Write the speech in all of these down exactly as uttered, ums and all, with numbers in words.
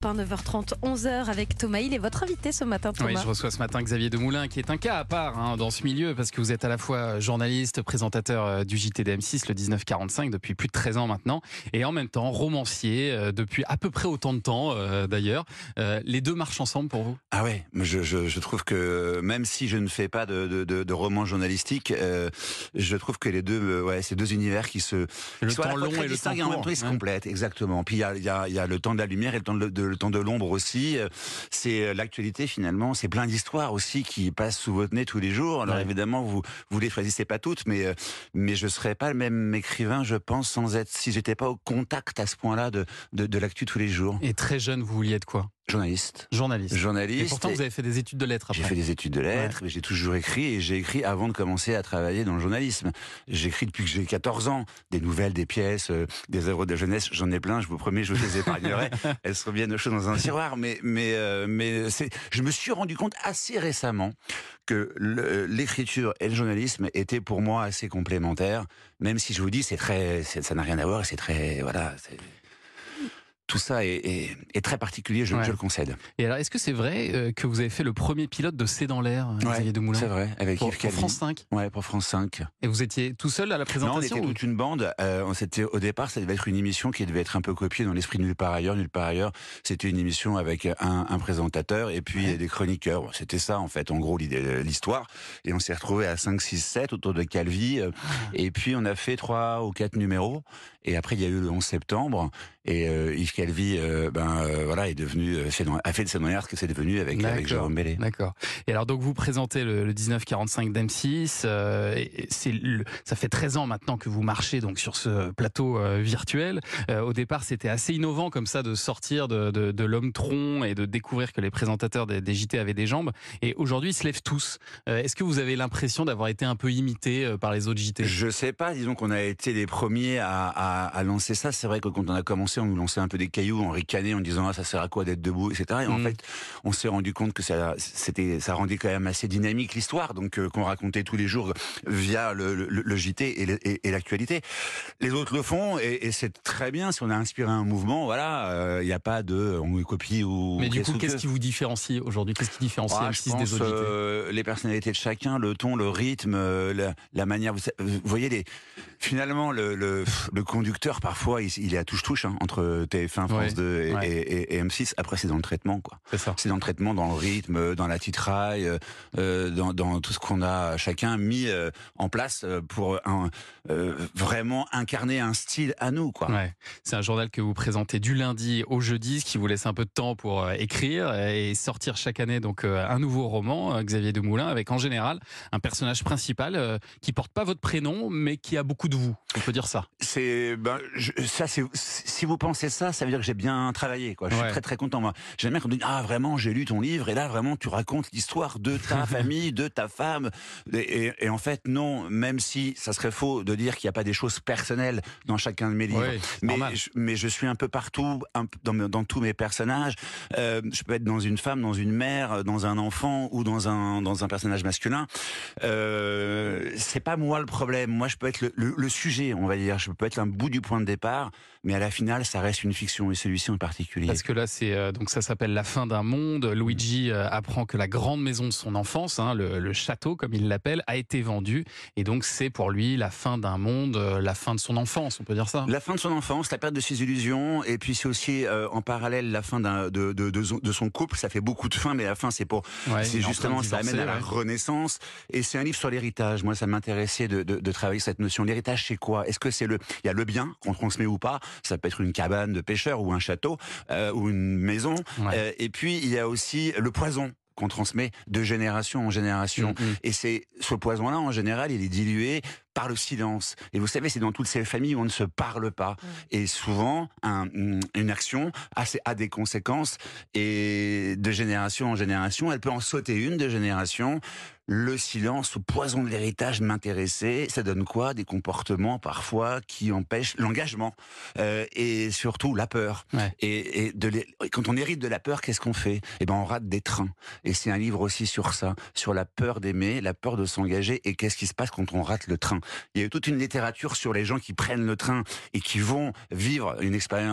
neuf heures trente, onze heures avec Thomas Hill et votre invité ce matin, Thomas. Oui, je reçois ce matin Xavier Demoulin, qui est un cas à part hein, dans ce milieu, parce que vous êtes à la fois journaliste, présentateur du J T de M six, le dix-neuf quarante-cinq, depuis plus de treize ans maintenant, et en même temps romancier, euh, depuis à peu près autant de temps euh, d'ailleurs. Euh, les deux marchent ensemble pour vous? Ah ouais, je, je, je trouve que même si je ne fais pas de, de, de, de romans journalistiques, euh, je trouve que les deux, euh, ouais, ces deux univers qui se... Le temps long et le temps et en même court. temps, ils se Ouais. complètent, exactement. Puis il y a, il y, a, il y a le temps de la lumière et le temps de, de, le temps de l'ombre aussi. C'est l'actualité finalement, c'est plein d'histoires aussi qui passent sous votre nez tous les jours. Alors ouais. évidemment, vous vous les choisissez pas toutes, mais mais je serais pas le même écrivain, je pense, sans être si j'étais pas au contact à ce point-là de de, de l'actu tous les jours. Et très jeune, vous vouliez être quoi? Journaliste. Journaliste. Journaliste. Et pourtant, vous avez fait des études de lettres après. J'ai fait des études de lettres, ouais. mais j'ai toujours écrit, et j'ai écrit avant de commencer à travailler dans le journalisme. J'écris depuis que j'ai quatorze ans, des nouvelles, des pièces, euh, des œuvres de jeunesse, j'en ai plein, je vous promets, je vous les épargnerai. Elles seront bien au chaud dans un tiroir, mais, mais, euh, mais c'est, je me suis rendu compte assez récemment que le, l'écriture et le journalisme étaient pour moi assez complémentaires, même si je vous dis, c'est très, c'est, ça n'a rien à voir, c'est très, voilà, c'est... Tout ça est, est, est très particulier, je, ouais. je le concède. Et alors, est-ce que c'est vrai euh, que vous avez fait le premier pilote de C'est dans l'air, ouais, Xavier Demoulin? C'est vrai, avec pour, Yves pour France cinq. Ouais, pour France cinq. Et vous étiez tout seul à la présentation? Non, on était ou... toute une bande. Euh, on s'était, au départ, ça devait être une émission qui devait être un peu copiée dans l'esprit de Nulle part ailleurs. Nulle part ailleurs, c'était une émission avec un, un présentateur et puis ouais. des chroniqueurs. Bon, c'était ça, en fait, en gros, l'idée, l'histoire. Et on s'est retrouvés à cinq, six, sept autour de Calvi. Euh, ah. Et puis, on a fait trois ou quatre numéros. Et après, il y a eu le onze septembre. Et euh, Yves Calvi, euh, ben euh, voilà, est devenu euh, a fait de C'est dans l'air ce que c'est devenu avec avec Jérôme Bellé. D'accord. Et alors donc vous présentez le, le dix-neuf quarante-cinq d'M six. Euh, et c'est le, ça fait treize ans maintenant que vous marchez donc sur ce plateau euh, virtuel. Euh, au départ, c'était assez innovant comme ça de sortir de, de, de l'homme tronc et de découvrir que les présentateurs des, des J T avaient des jambes. Et aujourd'hui, ils se lèvent tous. Euh, est-ce que vous avez l'impression d'avoir été un peu imité euh, par les autres J T? Je sais pas. Disons qu'on a été les premiers à, à, à lancer ça. C'est vrai que quand on a commencé, on nous lançait un peu des cailloux, on ricanait en disant ah, ça sert à quoi d'être debout, et cetera. Et mmh. en fait, on s'est rendu compte que ça, c'était, ça rendait quand même assez dynamique l'histoire, donc euh, qu'on racontait tous les jours via le, le, le J T et, le, et, et l'actualité. Les autres le font et, et c'est très bien. Si on a inspiré un mouvement, voilà, il euh, n'y a pas de on copie ou. Mais du coup, qu'est-ce qui vous différencie aujourd'hui? Qu'est-ce qui différencie ah, M six des autres J T? euh, Les personnalités de chacun, le ton, le rythme, la, la manière. Vous, vous voyez les. Finalement, le, le, le conducteur, parfois, il, il est à touche-touche hein, entre T F un, France ouais, deux et, ouais. et, et, et M six. Après, c'est dans le traitement, quoi. C'est ça. C'est dans le traitement, dans le rythme, dans la titraille, euh, dans, dans tout ce qu'on a chacun mis euh, en place pour un, euh, vraiment incarner un style à nous, quoi. Ouais. C'est un journal que vous présentez du lundi au jeudi, ce qui vous laisse un peu de temps pour euh, écrire et sortir chaque année donc euh, un nouveau roman, euh, Xavier Demoulin, avec en général un personnage principal euh, qui porte pas votre prénom, mais qui a beaucoup de vous. On peut dire ça. C'est ben je, ça c'est si vous pensez ça, ça veut dire que j'ai bien travaillé, quoi. Je ouais. suis très très content, moi. J'aime bien qu'on me dise ah vraiment j'ai lu ton livre et là vraiment tu racontes l'histoire de ta famille, de ta femme et, et, et en fait non, même si ça serait faux de dire qu'il n'y a pas des choses personnelles dans chacun de mes livres, ouais, mais je, mais je suis un peu partout un, dans, dans tous mes personnages. Euh, je peux être dans une femme, dans une mère, dans un enfant ou dans un dans un personnage masculin. Euh, c'est pas moi le problème. Moi je peux être le, le, le sujet, on va dire. Je peux être un bout du point de départ, mais à la finale, ça reste une fiction, et celui-ci en particulier. Parce que là, c'est euh, donc ça s'appelle La fin d'un monde. Luigi euh, apprend que la grande maison de son enfance, hein, le, le château comme il l'appelle, a été vendue, et donc c'est pour lui la fin d'un monde, euh, la fin de son enfance, on peut dire ça. La fin de son enfance, la perte de ses illusions, et puis c'est aussi euh, en parallèle la fin d'un, de, de, de, de son couple. Ça fait beaucoup de fins, mais la fin, c'est pour, ouais, c'est justement, ça amène à la ouais. renaissance. Et c'est un livre sur l'héritage. Moi, ça m'intéressait de, de, de travailler cette notion. L'héritage, c'est quoi? Est-ce que c'est le, il y a le bien qu'on transmet ou pas? Ça peut être une cabane de pêcheur ou un château euh, ou une maison. Ouais. Euh, et puis il y a aussi le poison qu'on transmet de génération en génération. Mmh. Et c'est ce poison-là, en général, il est dilué par le silence. Et vous savez, c'est dans toutes ces familles où on ne se parle pas. Mmh. Et souvent, un, une action a, a des conséquences. Et de génération en génération, elle peut en sauter une de génération. Le silence, le poison de l'héritage m'intéressait. Ça donne quoi? Des comportements parfois qui empêchent l'engagement euh, et surtout la peur. Ouais. Et, et de les... quand on hérite de la peur, qu'est-ce qu'on fait? Eh ben, on rate des trains. Et c'est un livre aussi sur ça, sur la peur d'aimer, la peur de s'engager et qu'est-ce qui se passe quand on rate le train. Il y a eu toute une littérature sur les gens qui prennent le train et qui vont vivre une expérience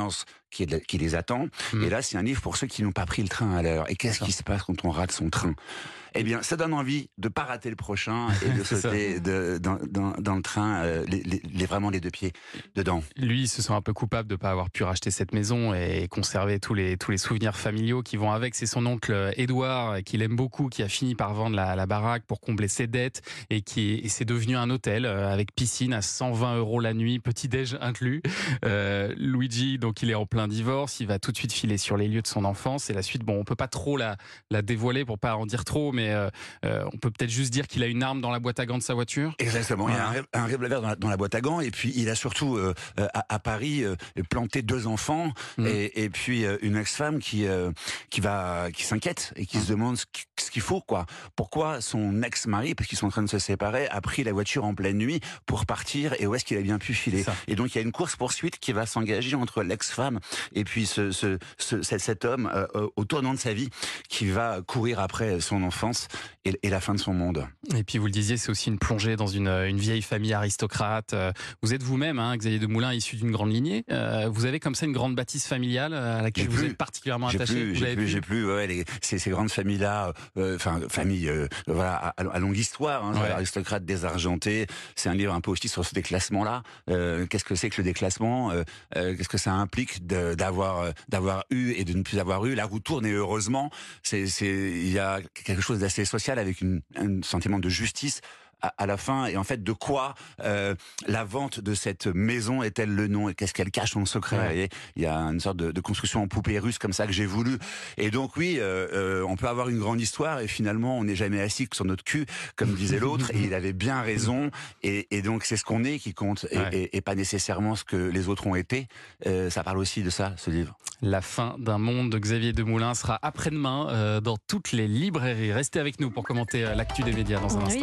qui, est de la, qui les attend. Mmh. Et là, c'est un livre pour ceux qui n'ont pas pris le train à l'heure. Et qu'est-ce qui se passe quand on rate son train ? Eh bien, ça donne envie de pas rater le prochain et de sauter de, dans, dans, dans le train, euh, les, les, les, vraiment les deux pieds dedans. Lui, il se sent un peu coupable de pas avoir pu racheter cette maison et conserver tous les, tous les souvenirs familiaux qui vont avec. C'est son oncle Édouard, qu'il aime beaucoup, qui a fini par vendre la, la baraque pour combler ses dettes et qui est, et c'est devenu un hôtel avec piscine à cent vingt euros la nuit, petit-déj inclus. Euh, Luigi, donc, il est en plein divorce. Il va tout de suite filer sur les lieux de son enfance. Et la suite, bon, on peut pas trop la, la dévoiler pour pas en dire trop, mais euh, euh, on peut peut-être juste dire qu'il a une arme dans la boîte à gants de sa voiture. Exactement. Voilà. Il y a un, un revolver dans la, dans la boîte à gants, et puis il a surtout euh, à, à Paris euh, planté deux enfants mmh. et, et puis euh, une ex-femme qui euh, qui va qui s'inquiète et qui mmh. se demande ce qu'il faut, quoi. Pourquoi son ex-mari, parce qu'ils sont en train de se séparer, a pris la voiture en pleine nuit pour partir, et où est-ce qu'il a bien pu filer. Et donc il y a une course poursuite qui va s'engager entre l'ex-femme et puis ce, ce, ce cet homme euh, au tournant de sa vie qui va courir après son enfance et, et la fin de son monde. Et puis vous le disiez, c'est aussi une plongée dans une, une vieille famille aristocrate. Vous êtes vous-même, hein, Xavier Demoulin, issu d'une grande lignée. Euh, vous avez comme ça une grande bâtisse familiale à laquelle j'ai vous plus, êtes particulièrement attaché. Plus, j'ai plus, j'ai plus. Ouais, les, ces, ces grandes familles-là, enfin euh, familles, euh, voilà, à, à longue histoire. Hein, ouais. Aristocrate désargenté. C'est un livre un peu aussi sur ce déclassement-là. Euh, qu'est-ce que c'est que le déclassement euh, euh, Qu'est-ce que ça implique de, d'avoir, d'avoir eu et de ne plus avoir eu. La roue tourne et heureusement, c'est, c'est, il y a quelque chose d'assez social avec une, un sentiment de justice à, à la fin, et en fait de quoi euh, la vente de cette maison est-elle le nom, et qu'est-ce qu'elle cache en secret. Ouais. Il y a une sorte de, de construction en poupée russe comme ça que j'ai voulu, et donc oui, euh, euh, on peut avoir une grande histoire et finalement on n'est jamais assis que sur notre cul, comme disait l'autre, et il avait bien raison, et, et donc c'est ce qu'on est qui compte, et, ouais. et, et pas nécessairement ce que les autres ont été. Euh, ça parle aussi de ça, ce livre. La fin d'un monde de Xavier Demoulin sera après-demain euh, dans toutes les librairies. Restez avec nous pour commenter euh, l'actu des médias dans un instant.